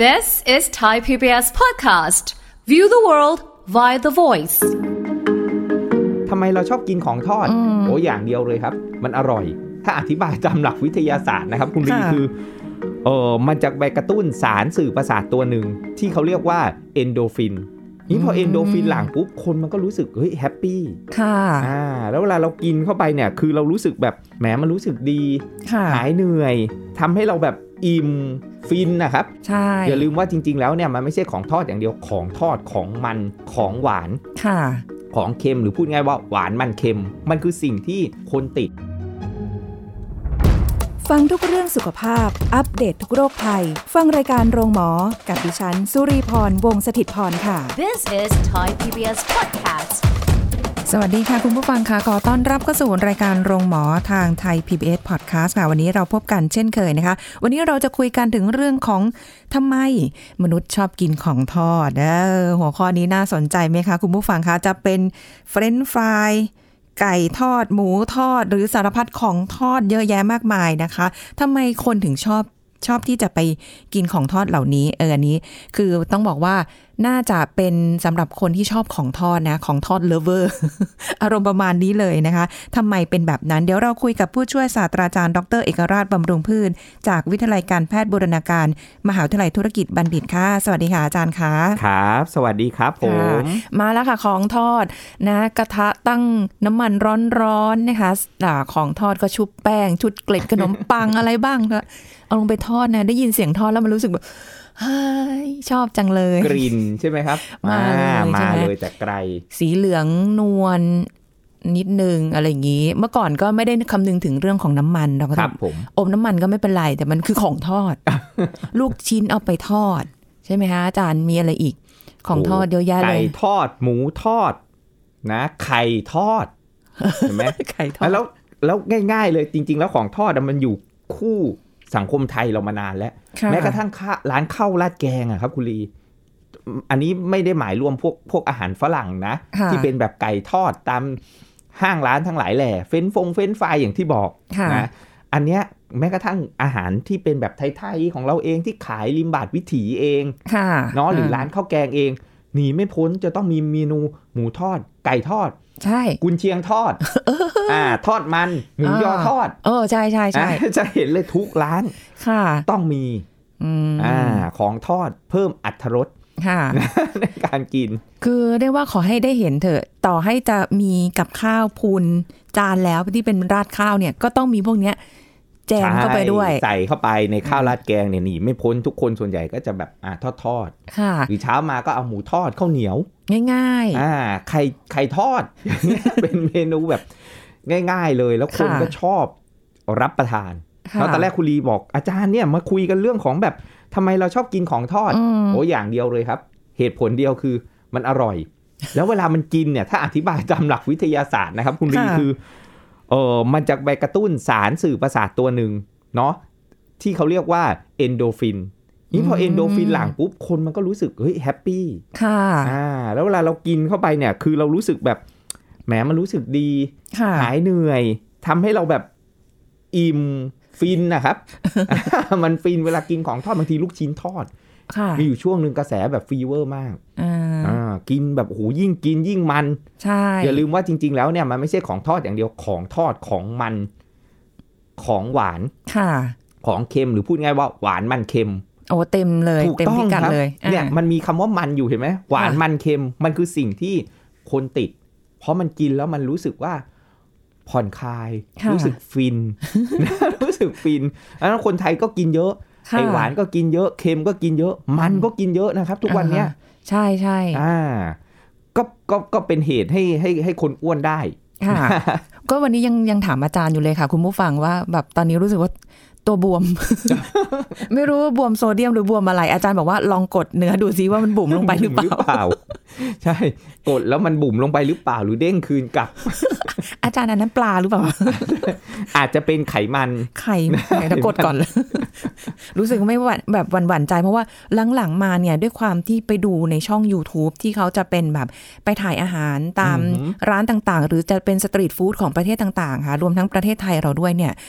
This is Thai PBS podcast. View the world via the voice. ทำไมเราชอบกินของทอดโอ้อย่างเดียวเลยครับมันอร่อยถ้าอธิบายตามหลักวิทยาศาสตร์นะครับคุณลีคือมันจะไปกระตุ้นสารสื่อประสาทตัวหนึ่งที่เขาเรียกว่าเอนโดฟินนี่พอเอนโดฟินหลั่งปุ๊บคนมันก็รู้สึกเฮ้ยแฮปปี้ค่ะแล้วเวลาเรากินเข้าไปเนี่ยคือเรารู้สึกแบบแหมมันรู้สึกดีหายเหนื่อยทำให้เราแบบอิ่มฟินนะครับใช่อย่าลืมว่าจริงๆแล้วเนี่ยมันไม่ใช่ของทอดอย่างเดียวของทอดของมันของหวานค่ะของเค็มหรือพูดง่ายว่าหวานมันเค็มมันคือสิ่งที่คนติดฟังทุกเรื่องสุขภาพอัปเดต ทุกโรคภัยฟังรายการโรงหมอกับดิฉันสุรีพรวงศ์สถิตย์พรค่ะ This is Thai PBS podcast. สวัสดีค่ะคุณผู้ฟังค่ะขอต้อนรับเข้าสู่รายการโรงหมอทางไทย PBS Podcast ค่ะวันนี้เราพบกันเช่นเคยนะคะวันนี้เราจะคุยกันถึงเรื่องของทำไมมนุษย์ชอบกินของทอดหัวข้อนี้น่าสนใจไหมคะคุณผู้ฟังคะจะเป็นเฟรนช์ฟรายไก่ทอดหมูทอดหรือสารพัดของทอดเยอะแยะมากมายนะคะทำไมคนถึงชอบที่จะไปกินของทอดเหล่านี้อันนี้คือต้องบอกว่าน่าจะเป็นสำหรับคนที่ชอบของทอดนะของทอดเลฟเวอร์ อารมณ์ประมาณนี้เลยนะคะทำไมเป็นแบบนั้นเดี๋ยวเราคุยกับผู้ช่วยศาสตราจารย์ดร.เอกราชบำรุงพืชจากวิทยาลัยการแพทย์บูรณาการมหาวิทยาลัยธุรกิจบัณฑิตค่ะสวัสดีค่ะอาจารย์คะครับสวัสดีครับผมมาแล้วค่ะของทอดนะกระทะตั้งน้ำมันร้อนๆนะคะของทอดก็ชุบแป้งชุดเกล็ดขนมปัง อะไรบ้างก็เอาลงไปทอดนะได้ยินเสียงทอดแล้วมันรู้สึกแบบชอบจังเลยกลิ่นใช่ไหมครับมาเลยแต่ไกลสีเหลืองนวลนิดนึงอะไรอย่างนี้เมื่อก่อนก็ไม่ได้คำนึงถึงเรื่องของน้ำมันเราก็อมน้ำมันก็ไม่เป็นไรแต่มันคือของทอด ลูกชิ้นเอาไปทอดใช่ไหมคะอาจารย์มีอะไรอีกของทอดเยอะแยะเลยไก่ทอดหมูทอดนะไข่ทอดเห็นไหมไข่ทอดแล้วง่ายๆเลยจริงๆแล้วของทอดมันอยู่คู่สังคมไทยเรามานานแล้วแม้กระทั่งร้านข้าวราดแกงอะครับคุณลีอันนี้ไม่ได้หมายรวมพวกอาหารฝรั่งนะที่เป็นแบบไก่ทอดตามห้างร้านทั้งหลายแหล่เฟรนช์ฟรายอย่างที่บอกนะอันเนี้ยแม้กระทั่งอาหารที่เป็นแบบไทยๆของเราเองที่ขายริมบาทวิถีเองเนาะหรือร้านข้าวแกงเองหนีไม่พ้นจะต้องมีเมนูหมูทอดไก่ทอดใช่กุนเชียงทอดทอดมันหมูยอทอดใช่จะเห็นเลยทุกร้านต้องมีของทอดเพิ่มอรรถรสในการกินคือได้ว่าขอให้ได้เห็นเถอะต่อให้จะมีกับข้าวพูนจานแล้วที่เป็นราดข้าวเนี่ยก็ต้องมีพวกเนี้ยแจมเข้าไปด้วยใส่เข้าไปในข้าวราดแกงเนี่ยหนีไม่พ้นทุกคนส่วนใหญ่ก็จะแบบทอดหรือเช้ามาก็เอาหมูทอดข้าวเหนียวง่ายๆไข่ทอด เป็นเมนูแบบง่ายๆเลยแล้วคนก็ชอบรับประทานแล้วตอนแรกคุณลีบอกอาจารย์เนี่ยมาคุยกันเรื่องของแบบทำไมเราชอบกินของทอดโอ้อย่างเดียวเลยครับเหตุผลเดียวคือมันอร่อย แล้วเวลามันกินเนี่ยถ้าอธิบายตามหลักวิทยาศาสตร์นะครับคุณลีคือมันจะไปกระตุ้นสารสื่อประสาทตัวหนึ่งเนาะที่เขาเรียกว่าเอนโดฟินนี่พอเอนโดฟินหลั่งปุ๊บคนมันก็รู้สึกเฮ้ยแฮปปี้แล้วเวลาเรากินเข้าไปเนี่ยคือเรารู้สึกแบบแหมมันรู้สึกดีหายเหนื่อยทำให้เราแบบอิ่มฟินนะครับ มันฟินเวลากินของทอดบางทีลูกชิ้นทอดมีอยู่ช่วงนึงกระแสแบบฟีเวอร์มากกินแบบโอ้โหยิ่งกินยิ่งมันอย่าลืมว่าจริงๆแล้วเนี่ยมันไม่ใช่ของทอดอย่างเดียวของทอดของมันของหวานของเค็มหรือพูดง่ายว่าหวานมันเค็มโอ้เต็มเลยเต็มพิกัดเลยเนี่ยมันมีคำว่ามันอยู่เห็นไหมหวานมันเค็มมันคือสิ่งที่คนติดเพราะมันกินแล้วมันรู้สึกว่าผ่อนคลายรู้สึกฟิน รู้สึกฟินแล้วคนไทยก็กินเยอะไอหวานก็กินเยอะเค็มก็กินเยอะมันก็กินเยอะนะครับทุกวันเนี้ยใช่ใช่ก็เป็นเหตุให้คนอ้วนได้ก็วันนี้ยังถามอาจารย์อยู่เลยค่ะคุณผู้ฟังว่าแบบตอนนี้รู้สึกว่าตัวบวม ไม่รู้บวมโซเดียมหรือบวมอะไรอาจารย์บอกว่าลองกดเนื้อดูซิว่ามันบุ๋มลงไปหรือเปล่าใช่กดแล้วมันบุ๋มลงไปหรือเปล่าหรือเด้งคืนกลับอาจารย์อันนั้นปลาหรือเปล่าอาจจะเป็นไขมันถ้ากดก่อน รู้สึกไม่แบบหวั่นใจเพราะว่าหลังๆมาเนี่ยด้วยความที่ไปดูในช่อง YouTube ที่เขาจะเป็นแบบไปถ่ายอาหารตามร้านต่างๆหรือจะเป็นสตรีทฟู้ดของประเทศต่างๆค่ะรวมทั้งประเทศไทยเราด้วยเนี่ย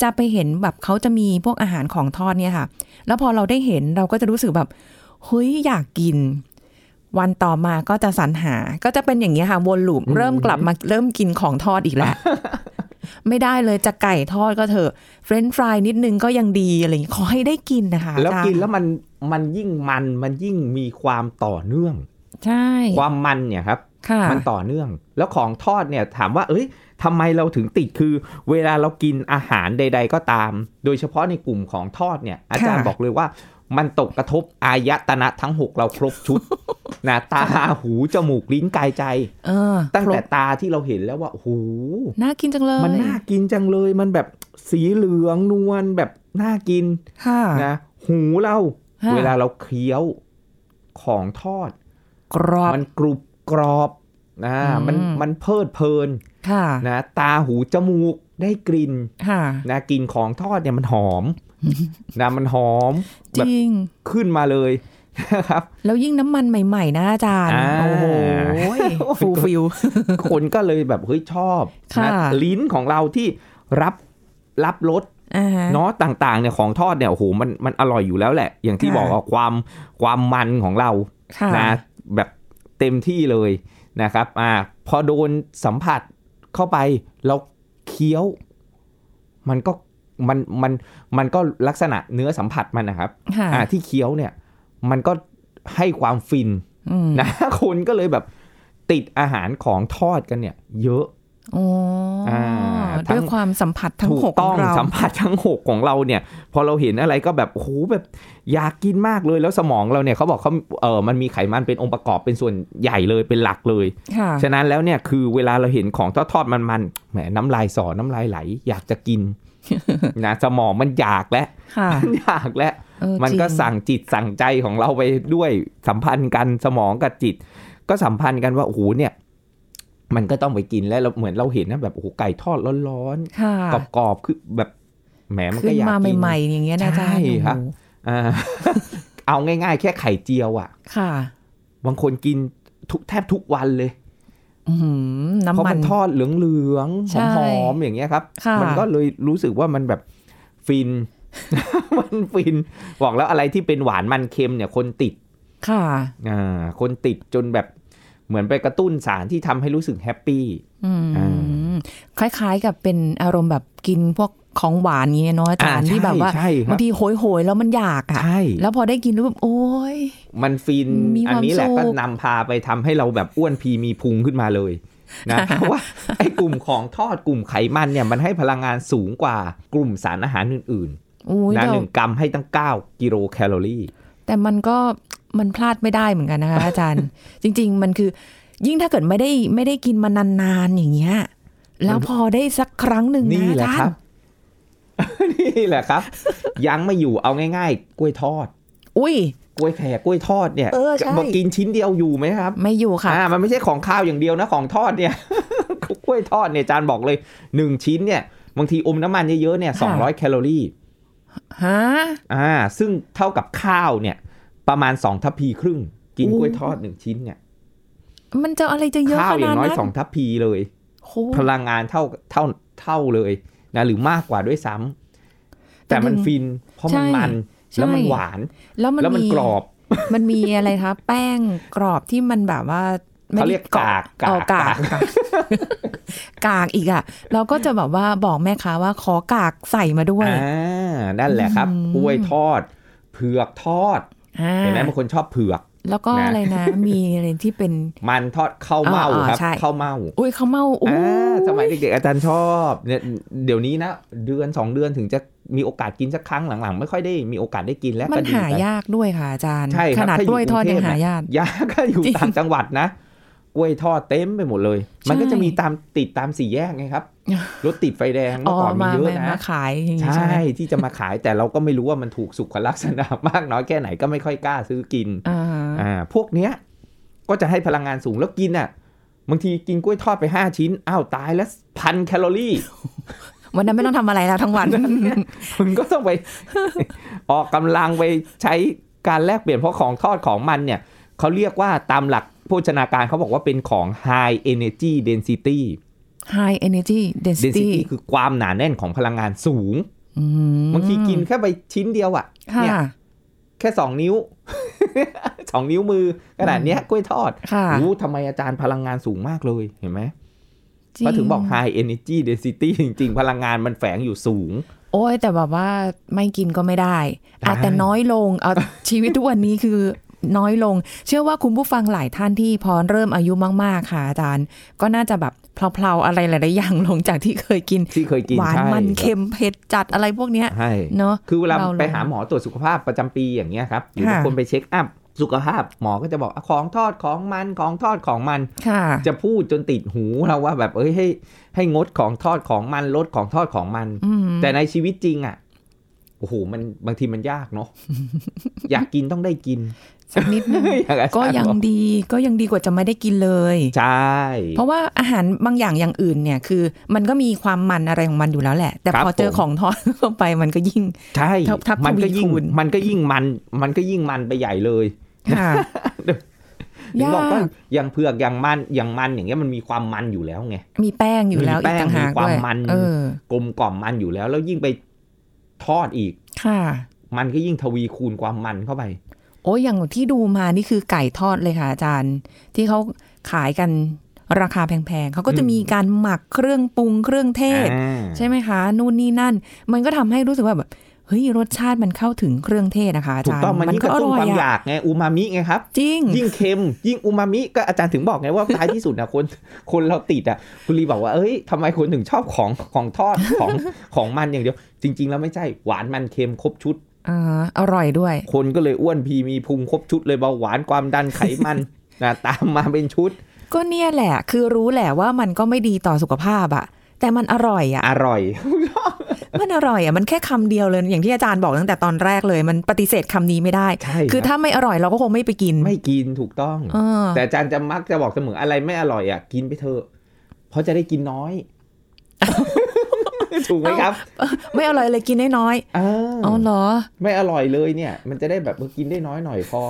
จะไปเห็นแบบเขาจะมีพวกอาหารของทอดเนี่ยค่ะแล้วพอเราได้เห็นเราก็จะรู้สึกแบบเฮ้ยอยากกินวันต่อมาก็จะสรรหาก็จะเป็นอย่างนี้ค่ะวนลูปเริ่มกลับมาเริ่มกินของทอดอีกแล้ว ไม่ได้เลยจะไก่ทอดก็เถอะเฟรนช์ฟรายนิดนึงก็ยังดีอะไรอย่างนี้ขอให้ได้กินนะคะแล้วกินแล้วมันยิ่งมันยิ่งมีความต่อเนื่องใช่ความมันเนี่ยครับมันต่อเนื่องแล้วของทอดเนี่ยถามว่าเอ้ยทำไมเราถึงติดคือเวลาเรากินอาหารใดๆก็ตามโดยเฉพาะในกลุ่มของทอดเนี่ยอาจารย์บอกเลยว่ามันตกกระทบอายตนะทั้ง6เราครบชุด นะตาหูจมูกลิ้นกายใจตั้งแต่ตาที่เราเห็นแล้วว่าโอ้โหน่ากินจังเลยมันน่ากินจังเลยมันแบบสีเหลืองนวลแบบน่ากินนะหูเราเวลาเราเคี้ยวของทอดกรอบมันกรุบกรอบนะมันเพลิดเพลินนะตาหูจมูกได้กลิ่นนะกลิ่นของทอดเนี่ยมันหอมนะมันหอมจริงขึ้นมาเลยครับแล้วยิ่งน้ำมันใหม่ๆนะอาจารย์โอ้โหฟูลฟิลคนก็เลยแบบเฮ้ยชอบนะลิ้นของเราที่รับรสเนาะต่างๆเนี่ยของทอดเนี่ยโอ้โหมันอร่อยอยู่แล้วแหละอย่างที่บอกว่าความมันของเรานะแบบเต็มที่เลยนะครับพอโดนสัมผัสเข้าไปเราเคี้ยวมันก็ลักษณะเนื้อสัมผัสมันนะครับที่เคี้ยวเนี่ยมันก็ให้ความฟินนะคนก็เลยแบบติดอาหารของทอดกันเนี่ยเยอะด้วยความสัมผัสทั้ง6ของเราสัมผัสทั้ง6ของเราเนี่ยพอเราเห็นอะไรก็แบบโอ้โหแบบอยากกินมากเลยแล้วสมองเราเนี่ยเขาบอกเขามันมีไขมันเป็นองค์ประกอบเป็นส่วนใหญ่เลยเป็นหลักเลยฉะนั้นแล้วเนี่ยคือเวลาเราเห็นของทอดมันแหมน้ำลายสอน้ำลายไหลอยากจะกินนะสมองมันอยากแล้วมันก็สั่งจิตสั่งใจของเราไปด้วยสัมพันธ์กันสมองกับจิตก็สัมพันธ์กันว่าโอ้โหเนี่ยมันก็ต้องไปกินแล้วเราเหมือนเราเห็นนะแบบโอ้โหไก่ทอดร้อนๆกรอบๆคือแบบแหมมันก็อยากกินมาใหม่ๆอย่างเงี้ยนะจ๊ะใช่ครับเอาง่ายๆแค่ไข่เจียวอ่ะบางคนกินแทบทุกวันเลยเพราะมันทอดเหลืองๆหอมๆอย่างเงี้ยครับมันก็เลยรู้สึกว่ามันแบบฟินมันฟินบอกแล้วอะไรที่เป็นหวานมันเค็มเนี่ยคนติดคนติดจนแบบเหมือนไปกระตุ้นสารที่ทำให้รู้สึกแฮปปี้คล้ายๆกับเป็นอารมณ์แบบกินพวกของหวานเงี้ยเนาะอาจารย์ที่แบบว่าบางทีโหยแล้วมันอยากอ่ะแล้วพอได้กินแล้วแบบโอ๊ยมันฟินอันนี้แหละก็นำพาไปทำให้เราแบบอ้วนพีมีพุงขึ้นมาเลยนะเพราะว่าไอ้กลุ่มของทอดกลุ่มไขมันเนี่ยมันให้พลังงานสูงกว่ากลุ่มสารอาหารอื่นๆนะ1 กรัมให้ตั้ง9 กิโลแคลอรี่แต่มันพลาดไม่ได้เหมือนกันนะคะอาจารย์ จริงๆมันคือยิ่งถ้าเกิดไม่ได้กินมานานๆอย่างเงี้ยแล้วพอได้สักครั้งหนึ่งนะอาจารย์นี่แหละครับยังไม่อยู่เอาง่ายๆกล้วยทอดกล้วยแขกกล้วยทอดเนี่ยมากินชิ้นเดียวอยู่ไหมครับไม่อยู่ค่ะมันไม่ใช่ของข้าวอย่างเดียวนะของทอดเนี่ยกล้วยทอดเนี่ยอาจารย์บอกเลย1ชิ้นเนี่ยบางทีอมน้ำมันเยอะๆเนี่ย200 แคลอรี่ซึ่งเท่ากับข้าวเนี่ยประมาณ2 ทัพพีครึ่งกินกล้วยทอด1ชิ้นเนี่ยมันจะอะไรจะเยอะขนาดนั้นข้าวอย่างน้อย2 ทัพพีเลยพลังงานเท่าเลยนะหรือมากกว่าด้วยซ้ำแต่มันฟินเพราะมันแล้วมันหวานแล้วมันกรอบมันมีอะไรคะแป้งกรอบที่มันแบบว่าเขาเรียกกากอีกอ่ะเราก็จะแบบว่าบอกแม่ค้าว่าขอกากใส่มาด้วยนั่นแหละครับกล้วยทอดเผือกทอดเห็นไหมบางคนชอบเผือกแล้วก็อะไรนะมีอะไรที่เป็นมันทอดข้าวเม่าครับข้าวเม่าข้าวเม่าสมัยเด็กๆอาจารย์ชอบเนี่ยเดี๋ยวนี้นะ2 เดือนถึงจะมีโอกาสกินสักครั้งหลังๆไม่ค่อยได้มีโอกาสได้กินแล้วมันหายากด้วยค่ะอาจารย์ขนาดกล้วยทอดยังหายากก็อยู่ต่างจังหวัดนะกล้วยทอดเต็มไปหมดเลยมันก็จะมีติดตาม4 แยกไงครับรถติดไฟแดงเมื่อก่อนมีเยอะนะมาขายใช่ที่จะมาขายแต่เราก็ไม่รู้ว่ามันถูกสุขลักษณะมากน้อยแค่ไหนก็ไม่ค่อยกล้าซื้อกินพวกเนี้ยก็จะให้พลังงานสูงแล้วกินอ่ะบางทีกินกล้วยทอดไป5 ชิ้นอ้าวตายแล้ว1,000 แคลอรี่วันนั้นไม่ต้องทำอะไรแล้วทั้งวันคุณก็ต้องไปออกกำลังไปใช้การแลกเปลี่ยนเพราะของทอดของมันเนี่ยเขาเรียกว่าตามหลักโภชนาการเขาบอกว่าเป็นของ high energy density high energy density คือความหนาแน่นของพลังงานสูงบางทีกินแค่ไปชิ้นเดียวอ่ะเนี่ยแค่2 นิ้ว 2 นิ้วมือขนาดเนี้ยกล้วยทอดรู้ทำไมอาจารย์พลังงานสูงมากเลยเห็นไหมก็ถึงบอก high energy density จริงๆพลังงานมันแฝงอยู่สูงโอ้ยแต่แบบว่าไม่กินก็ไม่ได้แต่น้อยลงเอาชีวิตทุกวันนี้คือน้อยลงเชื่อว่าคุณผู้ฟังหลายท่านที่พอเริ่มอายุมากๆค่ะอาจารย์ก็น่าจะแบบเพลาๆอะไรหลายๆอย่างลงจากที่เคยกินหวานมันเค็มเผ็ดจัดอะไรพวกเนี้ยเนาะคือเวลาไปหาหมอตรวจสุขภาพประจำปีอย่างเงี้ยครับหรือบางคนไปเช็คอัพสุขภาพหมอก็จะบอกของทอดของมันของทอดของมันจะพูดจนติดหูเราว่าแบบให้งดของทอดของมันลดของทอดของมันแต่ในชีวิตจริงอ่ะโอ้โหมันบางทีมันยากเนาะ อยากกินต้องได้กินสักนิดนึง ก็ยังดีกว่าจะไม่ได้กินเลยใช่เพราะว่าอาหารบางอย่างอื่นเนี่ยคือมันก็มีความมันอะไรของมันอยู่แล้วแหละแต่พอเจอของทอดเข้าไปมันก็ยิ่งใช่มันก็ยิ่งมันไปใหญ่เลยถึงบอกว่าอย่างเผือกอย่างมันอย่างเงี้ยมันมีความมันอยู่แล้วไงมีแป้งอยู่แล้วอีกต่างหากมีความมันกลมกล่อมมันอยู่แล้วยิ่งไปทอดอีกมันก็ยิ่งทวีคูณความมันเข้าไปโอ้ยอย่างที่ดูมานี่คือไก่ทอดเลยค่ะอาจารย์ที่เขาขายกันราคาแพงๆเขาก็จะมีการหมักเครื่องปรุงเครื่องเทศใช่ไหมคะนู่นนี่นั่นมันก็ทำให้รู้สึกว่าแบบเฮ้ยรสชาติมันเข้าถึงเครื่องเทศนะคะอาจารย์ถูกต้องมันยิ่งกระตุ้นความอยากไงอูมามิไงครับจริงยิ่งเค็มยิ่งอูมามิก็อาจารย์ถึงบอกไงว่าท้ายที่สุดนะคนเราติดอ่ะคุณลีบอกว่าเอ้ยทำไมคนถึงชอบของทอดของมันอย่างเดียวจริงๆแล้วไม่ใช่หวานมันเค็มครบชุดอร่อยด้วยคนก็เลยอ้วนพีมีพุงครบชุดเลยเบาหวานความดันไขมันนะตามมาเป็นชุดก็เนี่ยแหละคือรู้แหละว่ามันก็ไม่ดีต่อสุขภาพอะแต่มันอร่อยอะอร่อยมันอร่อยอะมันแค่คำเดียวเลยอย่างที่อาจารย์บอกตั้งแต่ตอนแรกเลยมันปฏิเสธคำนี้ไม่ได้คือถ้าไม่อร่อยเราก็คงไม่ไปกินถูกต้องแต่อาจารย์จะมักจะบอกเสมออะไรไม่อร่อยอะกินไปเถอะเพราะจะได้กินน้อยถูกไหมครับไม่อร่อยเลยกินได้น้อยอ๋อเหรอไม่อร่อยเลยเนี่ยมันจะได้แบบกินได้น้อยหน่อยพอ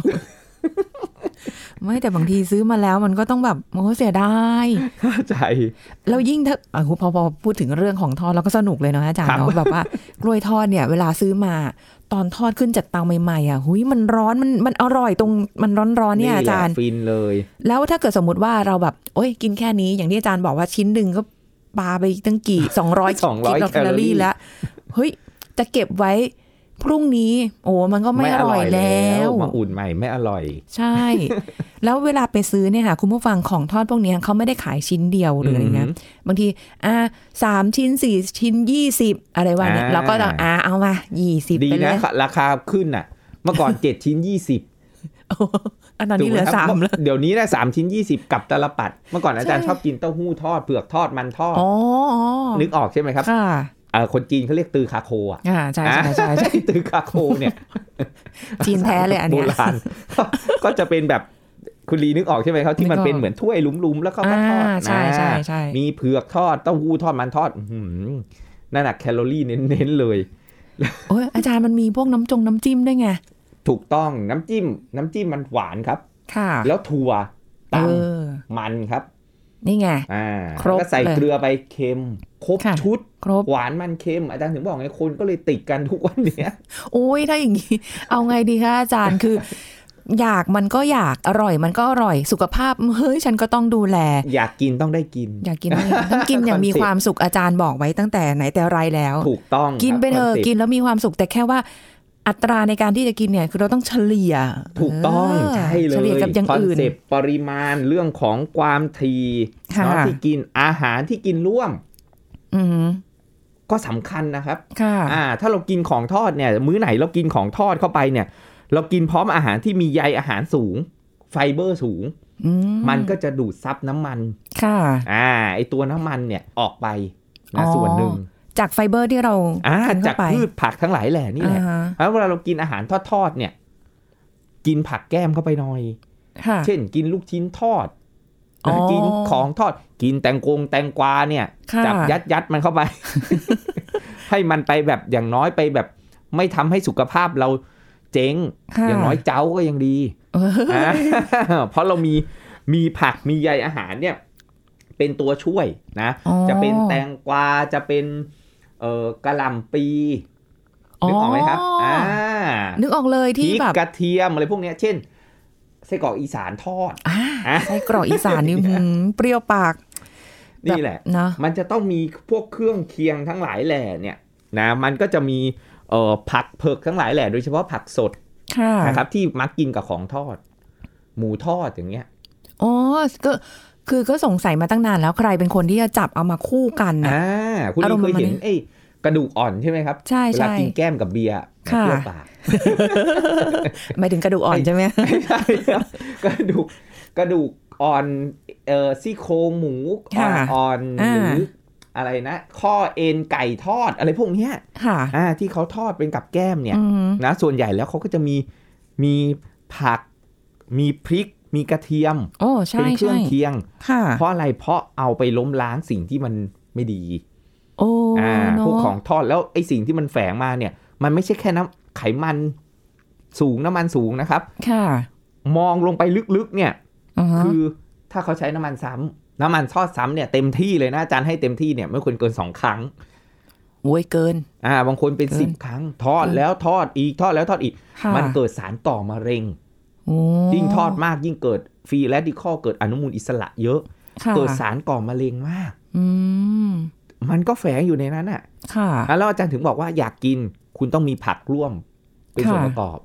ไม่แต่บางทีซื้อมาแล้วมันก็ต้องแบบโอ้เสียดายเข้าใจแล้วยิ่งถ้าพอพูดถึงเรื่องของทอดเราก็สนุกเลยเนาะอาจารย์เนาะแบบว่ากล้วยทอดเนี่ยเวลาซื้อมาตอนทอดขึ้นจากเตาใหม่ๆอ่ะหุยมันร้อนมันอร่อยตรงมันร้อนๆเนี่ยอาจารย์ฟินเลยแล้วถ้าเกิดสมมติว่าเราแบบโอ้ยกินแค่นี้อย่างที่อาจารย์บอกว่าชิ้นนึงก็ปาไปตั้งกี่200 แคลอรี่แล้วเฮ้ยจะเก็บไว้พรุ่งนี้โอ้มันก็ไม่อร่อยแล้วมาอุ่นใหม่ไม่อร่อยใช่แล้วเวลาไปซื้อเนี่ยค่ะคุณผู้ฟังของทอดพวกนี้เขาไม่ได้ขายชิ้นเดียวหรืออะไรนะบางที3 ชิ้น4 ชิ้น20อะไรวะเนี่ยเราก็ต้องเอามา20 ดีนะราคาขึ้นอ่ะเมื่อก่อน7 ชิ้น20 อันนี้เหลือ3แล้วเดี๋ยวนี้นะ3 ชิ้น20กับตะลปัดเมื่อก่อนอาจารย์ชอบกินเต้าหู้ทอดเผือกทอดมันทอดนึกออกใช่ไหมครับคนจีนเขาเรียกตือคาโคอ่ะใช่ตือคาโคเนี่ยจีนแท้เลยอันนี้โบราณก็จะเป็นแบบคุณลีนึกออกใช่ไหมครับที่มันเป็นเหมือนถ้วยลุมๆแล้วเขาก็ทอดใช่มีเผือกทอดเต้าหู้ทอดมันทอดนั่นแหละแคลอรี่เน้นๆเลยโอ้ยอาจารย์มันมีพวกน้ำจิ้มด้วยไงถูกต้องน้ำจิ้มมันหวานครับแล้วถั่วตำมันครับนี่ไงก็ใส่เกลือไปเค็มครบชุดหวานมันเค็มอาจารย์ถึงบอกไงคนก็เลยติดกันทุกวันนี้โอ้ยถ้าอย่างนี้เอาไงดีคะอาจารย์คืออยากมันก็อยากอร่อยมันก็อร่อยสุขภาพเฮ้ยฉันก็ต้องดูแลอยากกินต้องได้กินอยากกินต้องกินอย่างมีความสุขอาจารย์บอกไว้ตั้งแต่ไหนแต่ไรแล้วถูกต้องกินไปเถอะกินแล้วมีความสุขแต่แค่ว่าอัตราในการที่จะกินเนี่ยคือเราต้องเฉลี่ยถูกต้องใช่เลยเฉลี่ยกับอย่างอื่นคอนเซ็ปต์ปริมาณเรื่องของความถี่ที่กินอาหารที่กินร่วมก็สำคัญนะครับถ้าเรากินของทอดเนี่ยมื้อไหนเรากินของทอดเข้าไปเนี่ยเรากินพร้อมอาหารที่มีใยอาหารสูงไฟเบอร์สูงมันก็จะดูดซับน้ำมันไอตัวน้ำมันเนี่ยออกไปนะส่วนหนึ่งจากไฟเบอร์ที่เราจากพืชผักทั้งหลายแหล่นี่แหละแล้วเวลาเรากินอาหารทอดเนี่ยกินผักแก้มเข้าไปหน่อยเช่นกินลูกชิ้นทอดกินของทอดกินแตงกวาเนี่ยจับยัดมันเข้าไป ให้มันไปแบบอย่างน้อยไปแบบไม่ทำให้สุขภาพเราเจ๊งอย่างน้อยเจ้าก็ยังดี เพราะเรามีผักมีใยอาหารเนี่ยเป็นตัวช่วยนะจะเป็นแตงกวาจะเป็นกะหล่ำปีนึกออกไหมครับนึกออกเลยที่แบบกระเทียมอะไรพวกนี้เช่นไส้กรอกอีสานทอดไส้กรอกอีสานนี่เปรี้ยวปากนี่แหละมันจะต้องมีพวกเครื่องเคียงทั้งหลายแหล่เนี่ยนะมันก็จะมีผักเผือกทั้งหลายแหล่โดยเฉพาะผักสดนะครับที่มักกินกับของทอดหมูทอดอย่างเงี้ยก็สงสัยมาตั้งนานแล้วใครเป็นคนที่จะจับเอามาคู่กันคุณเคยเห็นกระดูกอ่อนใช่ไหมครับใช่เวลากินแก้มกับเบียร์เปรี้ยวปากหมายถึงกระดูกอ่อนใช่ไหมใช่ครับกระดูกอ่อนซี่โครงหมูอ่อนหรืออะไรนะข้อเอ็นไก่ทอดอะไรพวกนี้ที่เขาทอดเป็นกับแก้มเนี่ยนะส่วนใหญ่แล้วเขาก็จะมีผักมีพริกมีกระเทียมเป็นเครื่องเคียงเพราะอะไรเพราะเอาไปล้มล้างสิ่งที่มันไม่ดีพวกของทอดแล้วไอ้สิ่งที่มันแฝงมาเนี่ยมันไม่ใช่แค่ไขมันสูงน้ำมันสูงนะครับมองลงไปลึกๆเนี่ยคือถ้าเขาใช้น้ำมันซ้ำน้ำมันทอดซ้ำเนี่ยเต็มที่เลยนะอาจารย์ให้เต็มที่เนี่ยไม่ควรเกิน2ครั้งโว้ยเกินบางคนเป็น10ครั้งทอดแล้วทอดอีกทอดแล้วทอดอีกมันเกิดสารก่อมะเร็งยิ่งทอดมากยิ่งเกิดฟรีแรดิคอลเกิดอนุมูลอิสระเยอะเกิดสารก่อมะเร็งมากมันก็แฝงอยู่ในนั้นอ่ะแล้วอาจารย์ถึงบอกว่าอยากกินคุณต้องมีผักร่วมเป็นส่วนประกอบ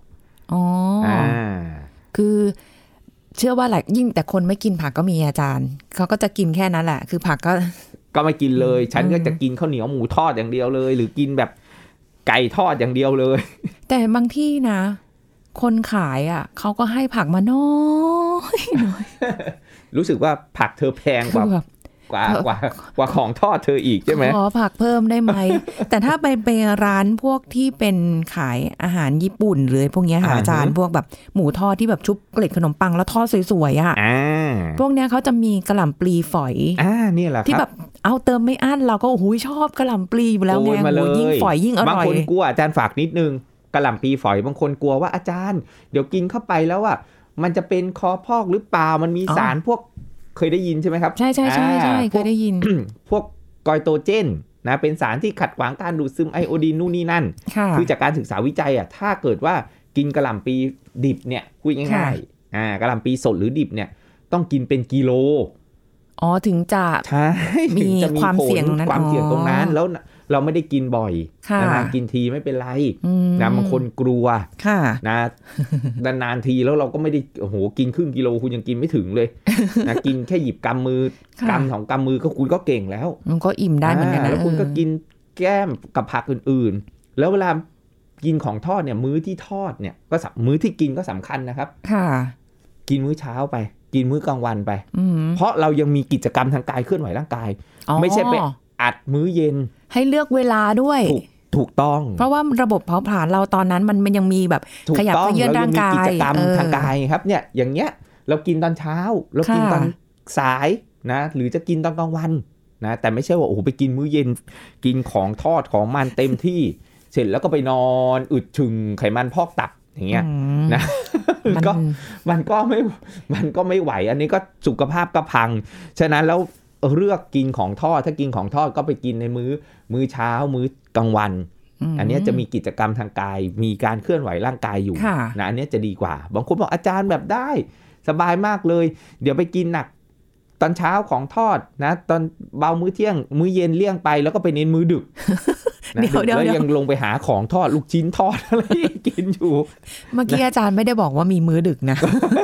คือเชื่อว่าแหละยิ่งแต่คนไม่กินผักก็มีอาจารย์เขาก็จะกินแค่นั้นแหละคือผักก็ไม่กินเลยฉันก็จะกินข้าวเหนียวหมูทอดอย่างเดียวเลยหรือกินแบบไก่ทอดอย่างเดียวเลยแต่บางที่นะคนขายเขาก็ให้ผักมาน้อยรู้สึกว่าผักเธอแพงกว่าของทอดเธออีกใช่ไหมขอผักเพิ่มได้ไหม แต่ถ้าไปร้านพวกที่เป็นขายอาหารญี่ปุ่นหรือพวกนี้ค่ะอาจารย์พวกแบบหมูทอดที่แบบชุบเกล็ดขนมปังแล้วทอดสวยๆพวกนี้เขาจะมีกะหล่ำปลีฝอยนี่แหละที่แบบเอาเติมไม่อั้นเราก็โอ้ยชอบกะหล่ำปลีอยู่แล้วไงยิ่งฝอยยิ่งอร่อยบางคนกลัวอาจารย์ฝากนิดนึงกะหล่ำปลีฝอยบางคนกลัวว่าอาจารย์เดี๋ยวกินเข้าไปแล้วมันจะเป็นคอพอกหรือเปล่ามันมีสารพวกเคยได้ยินใช่ไหมครับใช่ใช่ใช่ใช่เคยได้ยินพวกกอยโตเจนนะเป็นสารที่ขัดขวางการดูดซึมไอโอดีนนู่นนี่นั่นคือจากการศึกษาวิจัยถ้าเกิดว่ากินกะหล่ำปลีดิบเนี่ยพูดง่ายๆกะหล่ำปลีสดหรือดิบเนี่ยต้องกินเป็นกิโลถึงจะมีความเสี่ยงตรงนั้นแล้วเราไม่ได้กินบ่อยนานๆกินทีไม่เป็นไรนะบางคนกลัวนะนานๆทีแล้วเราก็ไม่ได้โอ้โหกินครึ่งกิโลคุณยังกินไม่ถึงเลยนะกินแค่หยิบกำมือกำของกำมือก็คุณก็เก่งแล้วมันก็อิ่มได้เหมือนกันนะแล้วคุณก็กินแก้มกับผักอื่นๆแล้วเวลากินของทอดเนี่ยมื้อที่ทอดเนี่ยก็มื้อที่กินก็สำคัญนะครับกินมื้อเช้าไปกินมื้อกลางวันไปเพราะเรายังมีกิจกรรมทางกายเคลื่อนไหวร่างกายไม่ใช่ไปอัดมื้อเย็นให้เลือกเวลาด้วยถูกต้องเพราะว่าระบบเผาผลาญเราตอนนั้นมันยังมีแบบขยับเขยื้อนร่างกายกิจกรรมทางกายครับเนี่ยอย่างเงี้ยเรากินตอนเช้าเรากินตอนสายนะหรือจะกินตอนกลางวันนะแต่ไม่ใช่ว่าโอ้โหไปกินมื้อเย็นกินของทอดของมันเต็มที่เสร็จแล้วก็ไปนอนอึดถึงไขมันพอกตับอย่างเงี้ยนะมันก็ไม่ไหวอันนี้ก็สุขภาพก็พังฉะนั้นแล้วเลือกกินของทอดถ้ากินของทอดก็ไปกินในมื้อเช้ามื้อกลางวันอันนี้จะมีกิจกรรมทางกายมีการเคลื่อนไหวร่างกายอยู่นะอันนี้จะดีกว่าบางคนบอกอาจารย์แบบได้สบายมากเลยเดี๋ยวไปกินหนักตอนเช้าของทอดนะตอนเบามื้อเที่ยงมื้อเย็นเลี่ยงไปแล้วก็ไปเน้นมื้อดึกแล้วยังลงไปหาของทอดลูกชิ้นทอดอะไรกินอยู่เมื่อกี้อาจารย์ไม่ได้บอกว่ามีมื้อดึกนะ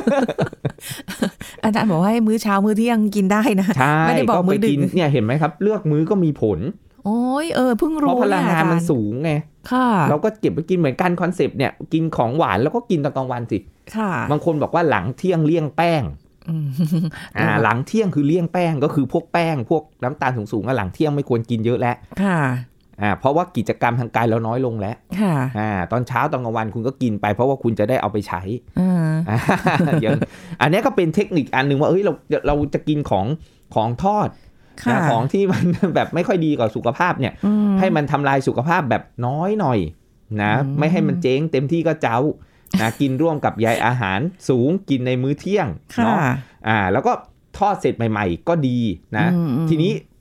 อาจารย์บอกให้มื้อเช้ามื้อเที่ยงกินได้นะไม่ได้บอกมื้อดึกเนี่ยเห็นไหมครับเลือกมื้อก็มีผลโอ้ยเพิ่งรู้เพราะพลังงานมันสูงไงเราก็เก็บไปกินเหมือนกันคอนเซปต์เนี่ยกินของหวานแล้วก็กินตอนกลางวันสิบางคนบอกว่าหลังเที่ยงเลี่ยงแป้งหลังเที่ยงคือเลี่ยงแป้งก็คือพวกแป้งพวกน้ำตาลสูงๆหลังเที่ยงไม่ควรกินเยอะแล้วเพราะว่ากิจกรรมทางกายเราน้อยลงแล้วตอนเช้าตอนกลางวันคุณก็กินไปเพราะว่าคุณจะได้เอาไปใช้อย่างอันนี้ก็เป็นเทคนิคอันนึงว่าเราจะกินของทอดของที่มันแบบไม่ค่อยดีกับสุขภาพเนี่ยให้มันทำลายสุขภาพแบบน้อยหน่อยนะไม่ให้มันเจ๊งเต็มที่ก็เจ้านะกินร่วมกับใยอาหารสูงกินในมื้อเที่ยงเนาะแล้วก็ทอดเสร็จใหม่ๆก็ดีนะทีนี้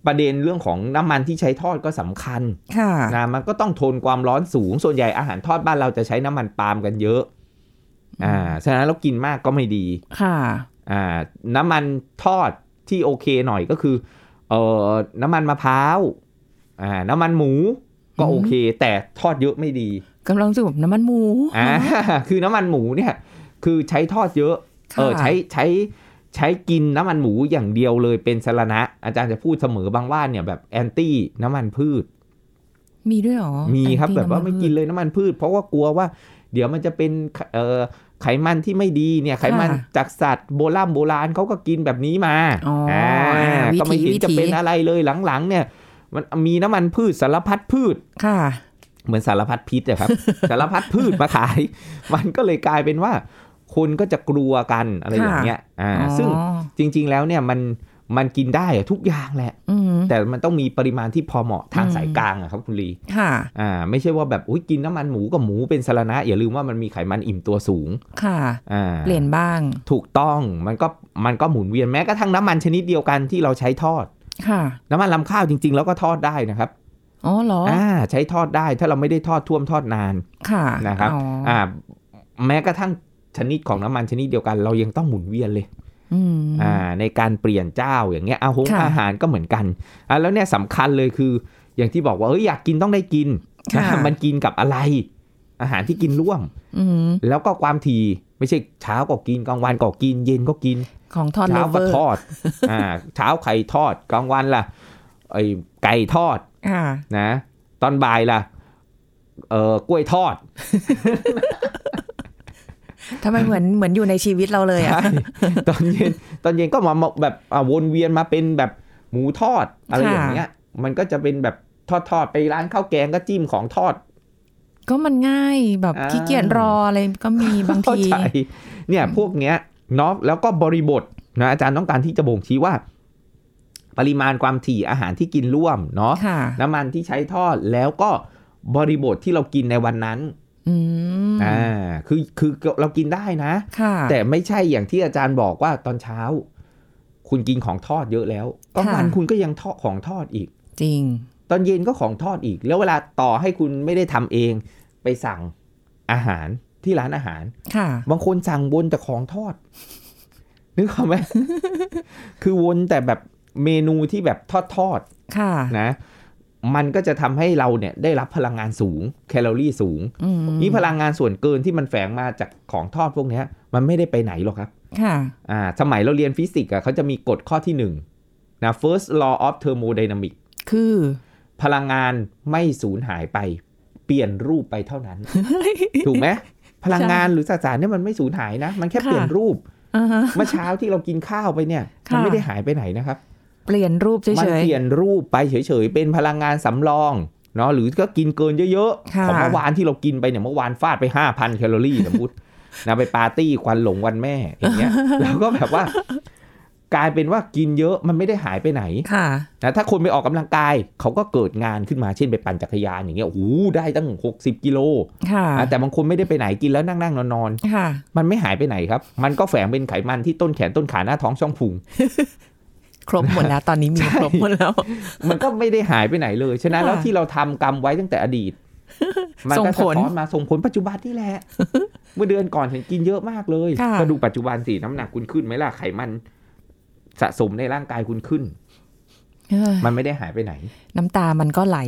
ประเด็นเรื่องของน้ำมันที่ใช้ทอดก็สำคัญนะมันก็ต้องทนความร้อนสูงส่วนใหญ่อาหารทอดบ้านเราจะใช้น้ำมันปาล์มกันเยอะฉะนั้นเรากินมากก็ไม่ดีน้ำมันทอดที่โอเคหน่อยก็คือน้ำมันมะพร้าวน้ำมันหมูก็โอเคแต่ทอดเยอะไม่ดีกำลังจะแบบน้ำมันหมูคือน้ำมันหมูเนี่ยคือใช้ทอดเยอะใช้กินน้ำมันหมูอย่างเดียวเลยเป็นสรณะอาจารย์จะพูดเสมอบางว่าเนี่ยแบบแอนตี้น้ำมันพืชมีด้วยหรอมีครับแบบว่าไม่กินเลยน้ำมันพืชเพราะว่ากลัวว่าเดี๋ยวมันจะเป็นไขมันที่ไม่ดีเนี่ยไขมันจากสัตว์โบราณเขาก็กินแบบนี้มาก็ไม่เห็นจะเป็นอะไรเลยหลังๆเนี่ยมันมีน้ำมันพืชสารพัดพืชเหมือนสารพัดพิษอะครับ สารพัดพืชมาขายมันก็เลยกลายเป็นว่าคนก็จะกลัวกันอะไรอย่างเงี้ยซึ่งจริงๆแล้วเนี่ยมันกินได้ทุกอย่างแหละแต่มันต้องมีปริมาณที่พอเหมาะทางสายกลางอะครับคุณลีไม่ใช่ว่าแบบกินน้ำมันหมูกับหมูเป็นสารณะอย่าลืมว่ามันมีไขมันอิ่มตัวสูงเปลี่ยนบ้างถูกต้องมันก็หมุนเวียนแม้กระทั่งน้ำมันชนิดเดียวกันที่เราใช้ทอดน้ำมันรำข้าวจริงๆแล้วก็ทอดได้นะครับอ๋อเหรอใช้ทอดได้ถ้าเราไม่ได้ทอดท่วมทอดนานนะครับแม้กระทั่งชนิดของน้ำมันชนิดเดียวกันเรายังต้องหมุนเวียนเลยในการเปลี่ยนเจ้าอย่างเงี้ยอาหารก็เหมือนกันแล้วเนี่ยสำคัญเลยคืออย่างที่บอกว่าอยากกินต้องได้กินมันกินกับอะไรอาหารที่กินร่วมแล้วก็ความถี่ไม่ใช่เช้าก็กินกลางวันก็กินเย็นก็กินของทอดเช้าก็ทอดเช้าไข่ทอดกลางวันล่ะไก่ทอดนะตอนบ่ายล่ะกล้วยทอดทำไมเหมือนอยู่ในชีวิตเราเลยอ่ะตอนเย็นก็มาแบบวนเวียนมาเป็นแบบหมูทอดอะไรอย่างเงี้ยมันก็จะเป็นแบบทอดไปร้านข้าวแกงก็จิ้มของทอดก็มันง่ายแบบขี้เกียจรออะไรก็มีบางทีเนี่ยพวกเนี้ยเนาะแล้วก็บริบทนะอาจารย์ต้องการที่จะบ่งชี้ว่าปริมาณความถี่อาหารที่กินร่วมเนาะน้ำมันที่ใช้ทอดแล้วก็บริบทที่เรากินในวันนั้นคือเรากินได้นะแต่ไม่ใช่อย่างที่อาจารย์บอกว่าตอนเช้าคุณกินของทอดเยอะแล้วกลางวันคุณก็ยังทอดของทอดอีกจริงตอนเย็นก็ของทอดอีกแล้วเวลาต่อให้คุณไม่ได้ทำเองไปสั่งอาหารที่ร้านอาหารบางคนสั่งวนแต่ของทอดนึกออกไหม คือวนแต่แบบเมนูที่แบบทอดนะมันก็จะทำให้เราเนี่ยได้รับพลังงานสูงแคลอรี่สูงนี่พลังงานส่วนเกินที่มันแฝงมาจากของทอดพวกนี้มันไม่ได้ไปไหนหรอกครับสมัยเราเรียนฟิสิกส์เขาจะมีกฎข้อที่1นะ first law of thermodynamics คือพลังงานไม่สูญหายไปเปลี่ยนรูปไปเท่านั้น ถูกไหมพลังงานหรือสารเนี่ยมันไม่สูญหายนะมันแค่เปลี่ยนรูปเมื่อเช้าที่เรากินข้าวไปเนี่ยมันไม่ได้หายไปไหนนะครับเปลี่ยนรูปเฉยๆมันเปลี่ยนรูปไปเฉยๆเป็นพลังงานสำรองเนาะหรือก็กินเกินเยอะๆของเมื่อวานที่เรากินไปเนี่ยเมื่อวานฟาดไป 5,000 แคลอรี่สมมุตินะไปปาร์ตี้ควันหลงวันแม่อย่างเงี้ยแล้วก็แบบว่ากลายเป็นว่ากินเยอะมันไม่ได้หายไปไหนนะถ้าคนไปออกกำลังกายเขาก็เกิดงานขึ้นมาเช่นไปปั่นจักรยานอย่างเงี้ยโอ้โหได้ตั้ง60 กิโลแต่บางคนไม่ได้ไปไหนกินแล้วนั่งๆนอนๆมันไม่หายไปไหนครับมันก็แฝงเป็นไขมันที่ต้นแขนต้นขาหน้าท้องช่องพุงครบหมดแล้วตอนนี้มีครบหมดแล้วมันก็ไม่ได้หายไปไหนเลยฉะนั้นแล้วที่เราทำกรรมไว้ตั้งแต่อดีตมันก็สะท้อนมาส่งผลปัจจุบันนี่แหละเมื่อเดือนก่อนเห็นกินเยอะมากเลยก็ดูปัจจุบันสิน้ำหนักคุณขึ้นไหมล่ะไขมันสะสมในร่างกายคุณขึ้นมันไม่ได้หายไปไหนน้ำตามันก็ไหล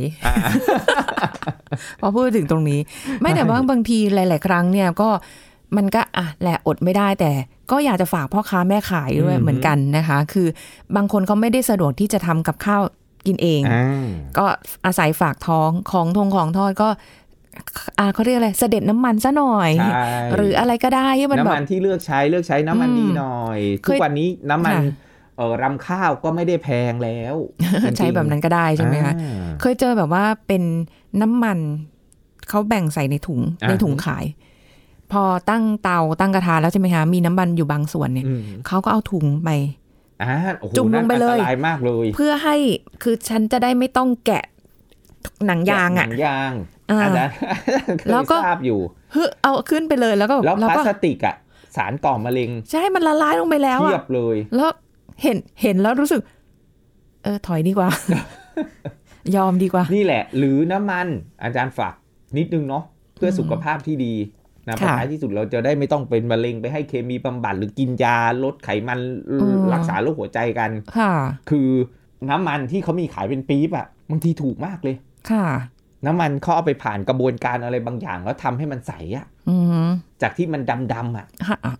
พอพูดถึงตรงนี้ไม่แต่ว่าบางทีหลายๆครั้งเนี่ยก็มันก็แหละอดไม่ได้แต่ก็อยากจะฝากพ่อค้าแม่ขายด้วยเหมือนกันนะคะคือบางคนเขาไม่ได้สะดวกที่จะทำกับข้าวกินเองก็อาศัยฝากท้องของทอดก็เขาเรียกอะไรเสด็จน้ำมันซะหน่อยหรืออะไรก็ได้ที่มันแบบน้ำมันที่เลือกใช้น้ำมันดีหน่อยทุกวันนี้น้ำมันรำข้าวก็ไม่ได้แพงแล้วใช้แบบนั้นก็ได้ใช่ไหมคะเคยเจอแบบว่าเป็นน้ำมันเขาแบ่งใส่ในถุงขายพอตั้งเตาตั้งกระทะแล้วใช่ไหมคะมีน้ำมันอยู่บางส่วนเนี่ยเขาก็เอาถุงไปจุ่มลงไปเลยอันตรายมากเลยเพื่อให้คือฉันจะได้ไม่ต้องแกะหนังยางหนังยางแล้วก็เอาขึ้นไปเลยแล้วก็พลาสติกสารก่อมะเร็งใช่มันละลายลงไปแล้วเทียบเลยแล้วเห็นแล้วรู้สึกถอยดีกว่า ยอมดีกว่านี่แหละหรือน้ำมันอาจารย์ฝากนิดนึงเนาะเพื่อสุขภาพที่ดีนะท้ายที่สุดเราจะได้ไม่ต้องเป็นมะเร็งไปให้เคมีบำบัดหรือกินยาลดไขมันรักษาโรคหัวใจกันคือน้ำมันที่เขามีขายเป็นปี๊บอะบางทีถูกมากเลยค่ะน้ำมันเขาเอาไปผ่านกระบวนการอะไรบางอย่างแล้วทำให้มันใสอะจากที่มันดำๆอะ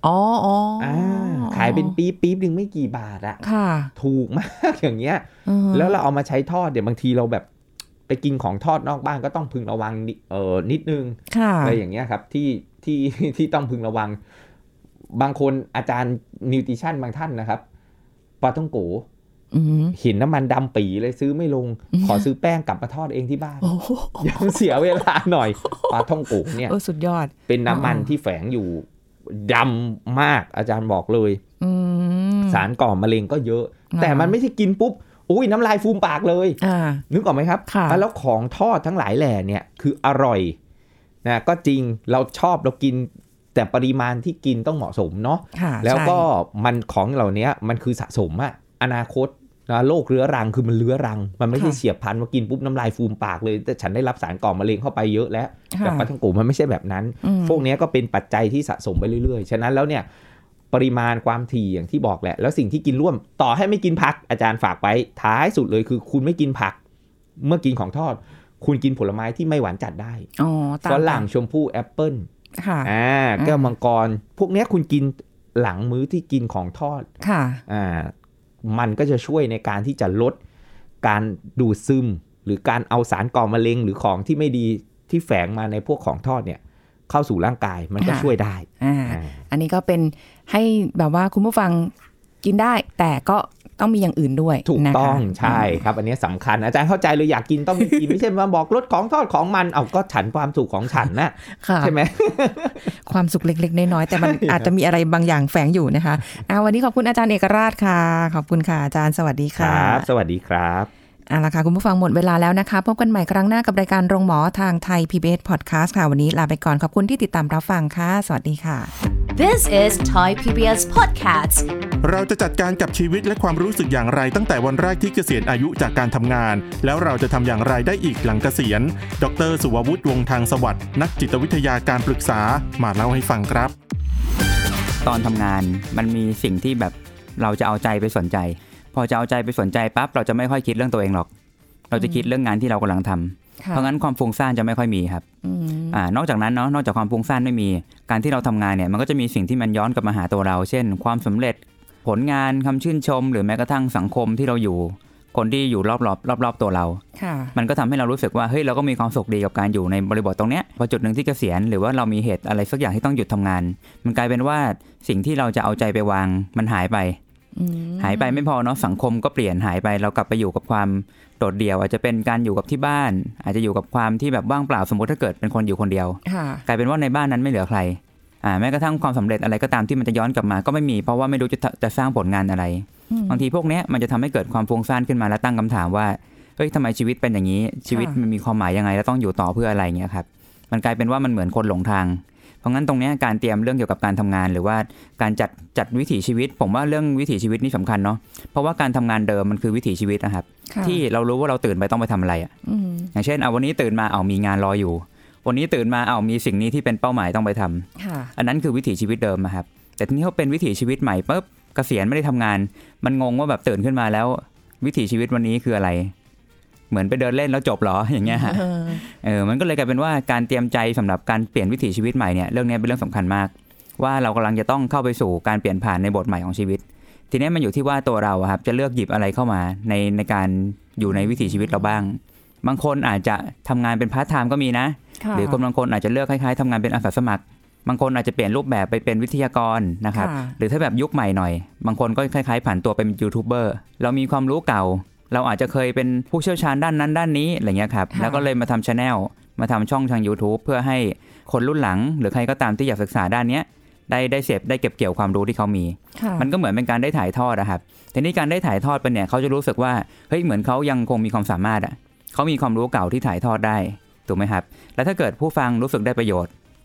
ขายเป็นปี๊บนึงไม่กี่บาทอะถูกมากอย่างเงี้ยแล้วเราเอามาใช้ทอดเดี๋ยวบางทีเราแบบไปกินของทอดนอกบ้านก็ต้องพึงระวังนิดนึงอะไรอย่างเงี้ยครับที่ต้องพึงระวังบางคนอาจารย์นิวทริชั่นบางท่านนะครับปลาท่องโกเห็นน้ำมันดำปีเลยซื้อไม่ลงขอซื้อแป้งกลับมาทอดเองที่บ้านยังเสียเวลาหน่อยปลาท่องโกเนี่ยสุดยอดเป็นน้ำมันที่แฝงอยู่ดำมากอาจารย์บอกเลยสารก่อมะเร็งก็เยอะแต่มันไม่ใช่กินปุ๊บอุ้ยน้ำลายฟูมปากเลยนึกออกไหมครับแล้วของทอดทั้งหลายแหล่เนี่ยคืออร่อยนะก็จริงเราชอบเรากินแต่ปริมาณที่กินต้องเหมาะสมเนาะแล้วก็มันของเหล่านี้มันคือสะสมอะอนาคตนะโรคเรื้อรังคือมันเรื้อรังมันไม่ใช่เฉียบพลันว่ากินปุ๊บน้ำลายฟูมปากเลยแต่ฉันได้รับสารก่อมะเร็งเข้าไปเยอะแล้วแต่ปลาท่องโกมันไม่ใช่แบบนั้นพวกนี้ก็เป็นปัจจัยที่สะสมไปเรื่อยๆฉะนั้นแล้วเนี่ยปริมาณความถี่อย่างที่บอกแหละแล้วสิ่งที่กินร่วมต่อให้ไม่กินผักอาจารย์ฝากไว้ท้ายสุดเลยคือคุณไม่กินผักเมื่อกินของทอดคุณกินผลไม้ที่ไม่หวานจัดได้ฝรั่งชมพู่แอปเปิ้ลแก้วมังกรพวกนี้คุณกินหลังมื้อที่กินของทอดมันก็จะช่วยในการที่จะลดการดูดซึมหรือการเอาสารก่อมะเร็งหรือของที่ไม่ดีที่แฝงมาในพวกของทอดเนี่ยเข้าสู่ร่างกายมันก็ช่วยได้อันนี้ก็เป็นให้แบบว่าคุณผู้ฟังกินได้แต่ก็ต้องมีอย่างอื่นด้วยถูกต้องใช่ครับอันนี้สำคัญอาจารย์เข้าใจเลยอยากกินต้องมีกิน ไม่ใช่มาบอกลดของทอดของมันเอาก็ฉันความสุขของฉันนะใช่ไหมความสุขเล็กๆน้อยๆแต่มันอาจจะมีอะไรบางอย่างแฝงอยู่นะคะวันนี้ขอบคุณอาจารย์เอกราชค่ะขอบคุณค่ะอาจารย์สวัสดีค่ะครับสวัสดีครับเอาล่ะค่ะคุณผู้ฟังหมดเวลาแล้วนะคะพบกันใหม่ครั้งหน้ากับรายการโรงหมอทางไทย PBS Podcast ค่ะวันนี้ลาไปก่อนขอบคุณที่ติดตามรับฟังค่ะสวัสดีค่ะ This is Thai PBS Podcast เราจะจัดการกับชีวิตและความรู้สึกอย่างไรตั้งแต่วันแรกที่เกษียณอายุจากการทำงานแล้วเราจะทำอย่างไรได้อีกหลังเกษียณดร.สุวัฒน์วงศ์ทางสวัสดิ์นักจิตวิทยาการปรึกษามาเล่าให้ฟังครับตอนทำงานมันมีสิ่งที่แบบเราจะเอาใจไปสนใจพอจะเอาใจไปสนใจปั๊บเราจะไม่ค่อยคิดเรื่องตัวเองหรอกเราจะคิดเรื่องงานที่เรากำลังทำเพราะงั้นความฟุ้งซ่านจะไม่ค่อยมีครับนอกจากนั้นเนาะนอกจากความฟุ้งซ่านไม่มีการที่เราทำงานเนี่ยมันก็จะมีสิ่งที่มันย้อนกลับมาหาตัวเราเช่นความสำเร็จผลงานคำชื่นชมหรือแม้กระทั่งสังคมที่เราอยู่คนที่อยู่รอบตัวเรามันก็ทำให้เรารู้สึกว่าเฮ้ยเราก็มีความสุขดีกับการอยู่ในบริบทตรงเนี้ยพอจุดหนึ่งที่เกษียณหรือว่าเรามีเหตุอะไรสักอย่างที่ต้องหยุดทำงานมันกลายเป็นว่าสิ่งที่เราจะเอาใจไปวางมันหายไปไม่พอเนาะสังคมก็เปลี่ยนหายไปเรากลับไปอยู่กับความโดดเดี่ยวอาจจะเป็นการอยู่กับที่บ้านอาจจะอยู่กับความที่แบบว่างเปล่าสมมติถ้าเกิดเป็นคนอยู่คนเดียวกลายเป็นว่าในบ้านนั้นไม่เหลือใครแม้กระทั่งความสำเร็จอะไรก็ตามที่มันจะย้อนกลับมาก็ไม่มีเพราะว่าไม่รู้จะสร้างผลงานอะไรบางทีพวกนี้มันจะทำให้เกิดความฟุ้งซ่านขึ้นมาและตั้งคำถามว่าเฮ้ยทำไมชีวิตเป็นอย่างนี้ชีวิตมันมีความหมายยังไงแล้วต้องอยู่ต่อเพื่ออะไรเงี้ยครับมันกลายเป็นว่ามันเหมือนคนหลงทางเพราะงั้นตรงนี้การเตรียมเรื่องเกี่ยวกับการทำงานหรือว่าการจัดวิถีชีวิตผมว่าเรื่องวิถีชีวิตนี่สำคัญเนาะเพราะว่าการทำงานเดิมมันคือวิถีชีวิตนะครับที่เรารู้ว่าเราตื่นไปต้องไปทำอะไรอย่างเช่นวันนี้ตื่นมามีงานรออยู่วันนี้ตื่นมามีสิ่งนี้ที่เป็นเป้าหมายต้องไปทำอันนั้นคือวิถีชีวิตเดิมนะครับแต่ทีนี้เขาเป็นวิถีชีวิตใหม่ปุ๊บเกษียณไม่ได้ทำงานมันงงว่าแบบตื่นขึ้นมาแล้ววิถีชีวิตวันนี้คืออะไรเหมือนไปเดินเล่นแล้วจบหรออย่างเงี้ยฮะมันก็เลยกลายเป็นว่าการเตรียมใจสำหรับการเปลี่ยนวิถีชีวิตใหม่เนี่ยเรื่องนี้เป็นเรื่องสำคัญมากว่าเรากำลังจะต้องเข้าไปสู่การเปลี่ยนผ่านในบทใหม่ของชีวิตทีนี้มันอยู่ที่ว่าตัวเราครับจะเลือกหยิบอะไรเข้ามาในการอยู่ในวิถีชีวิตเราบ้างบางคนอาจจะทำงานเป็นพาร์ทไทม์ก็มีนะหรือคนบางคนอาจจะเลือกคล้ายๆทำงานเป็นอาสาสมัครบางคนอาจจะเปลี่ยนรูปแบบไปเป็นวิทยากรนะครับหรือถ้าแบบยุคใหม่หน่อยบางคนก็คล้ายๆผ่านตัวเป็นยูทูบเบอร์เรามีความรู้เก่าเราอาจจะเคยเป็นผู้เชี่ยวชาญด้านนั้นด้านนี้อะไรเงี้ยครับแล้วก็เลยมาทำ channel มาทำช่องทาง YouTube เพื่อให้คนรุ่นหลังหรือใครก็ตามที่อยากศึกษาด้านนี้ได้เสพได้เก็บเกี่ยวความรู้ที่เขามีมันก็เหมือนเป็นการได้ถ่ายทอดนะครับทีนี้การได้ถ่ายทอดไปเนี่ยเขาจะรู้สึกว่าเฮ้ยเหมือนเขายังคงมีความสามารถเขามีความรู้เก่าที่ถ่ายทอดได้ถูกไหมครับแล้วถ้าเกิดผู้ฟังรู้สึกได้ประโยชน์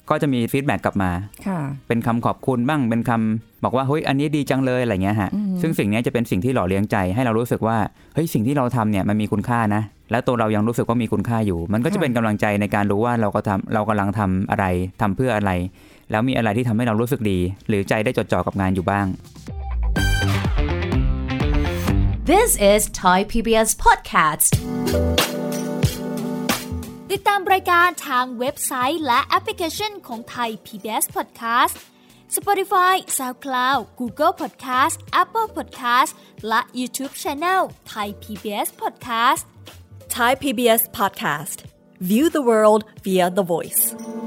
ก็จะมีฟีดแบ็กกลับมาเป็นคำขอบคุณบ้างเป็นคำบอกว่าเฮ้ยอันนี้ดีจังเลยอะไรเงี้ยฮะซึ่งสิ่งนี้จะเป็นสิ่งที่หล่อเลี้ยงใจให้เรารู้สึกว่าเฮ้ยสิ่งที่เราทำเนี่ยมันมีคุณค่านะและตัวเรายังรู้สึกว่ามีคุณค่าอยู่มันก็จะเป็นกำลังใจในการรู้ว่าเรากำลังทำอะไรทำเพื่ออะไรแล้วมีอะไรที่ทำให้เรารู้สึกดีหรือใจได้จดจ่อกับงานอยู่บ้าง This is Thai PBS Podcast ติดตามรายการทางเว็บไซต์และแอปพลิเคชันของ Thai PBS Podcast Spotify, SoundCloud, Google Podcast, Apple Podcast และ YouTube Channel Thai PBS Podcast Thai PBS Podcast View the world via the voice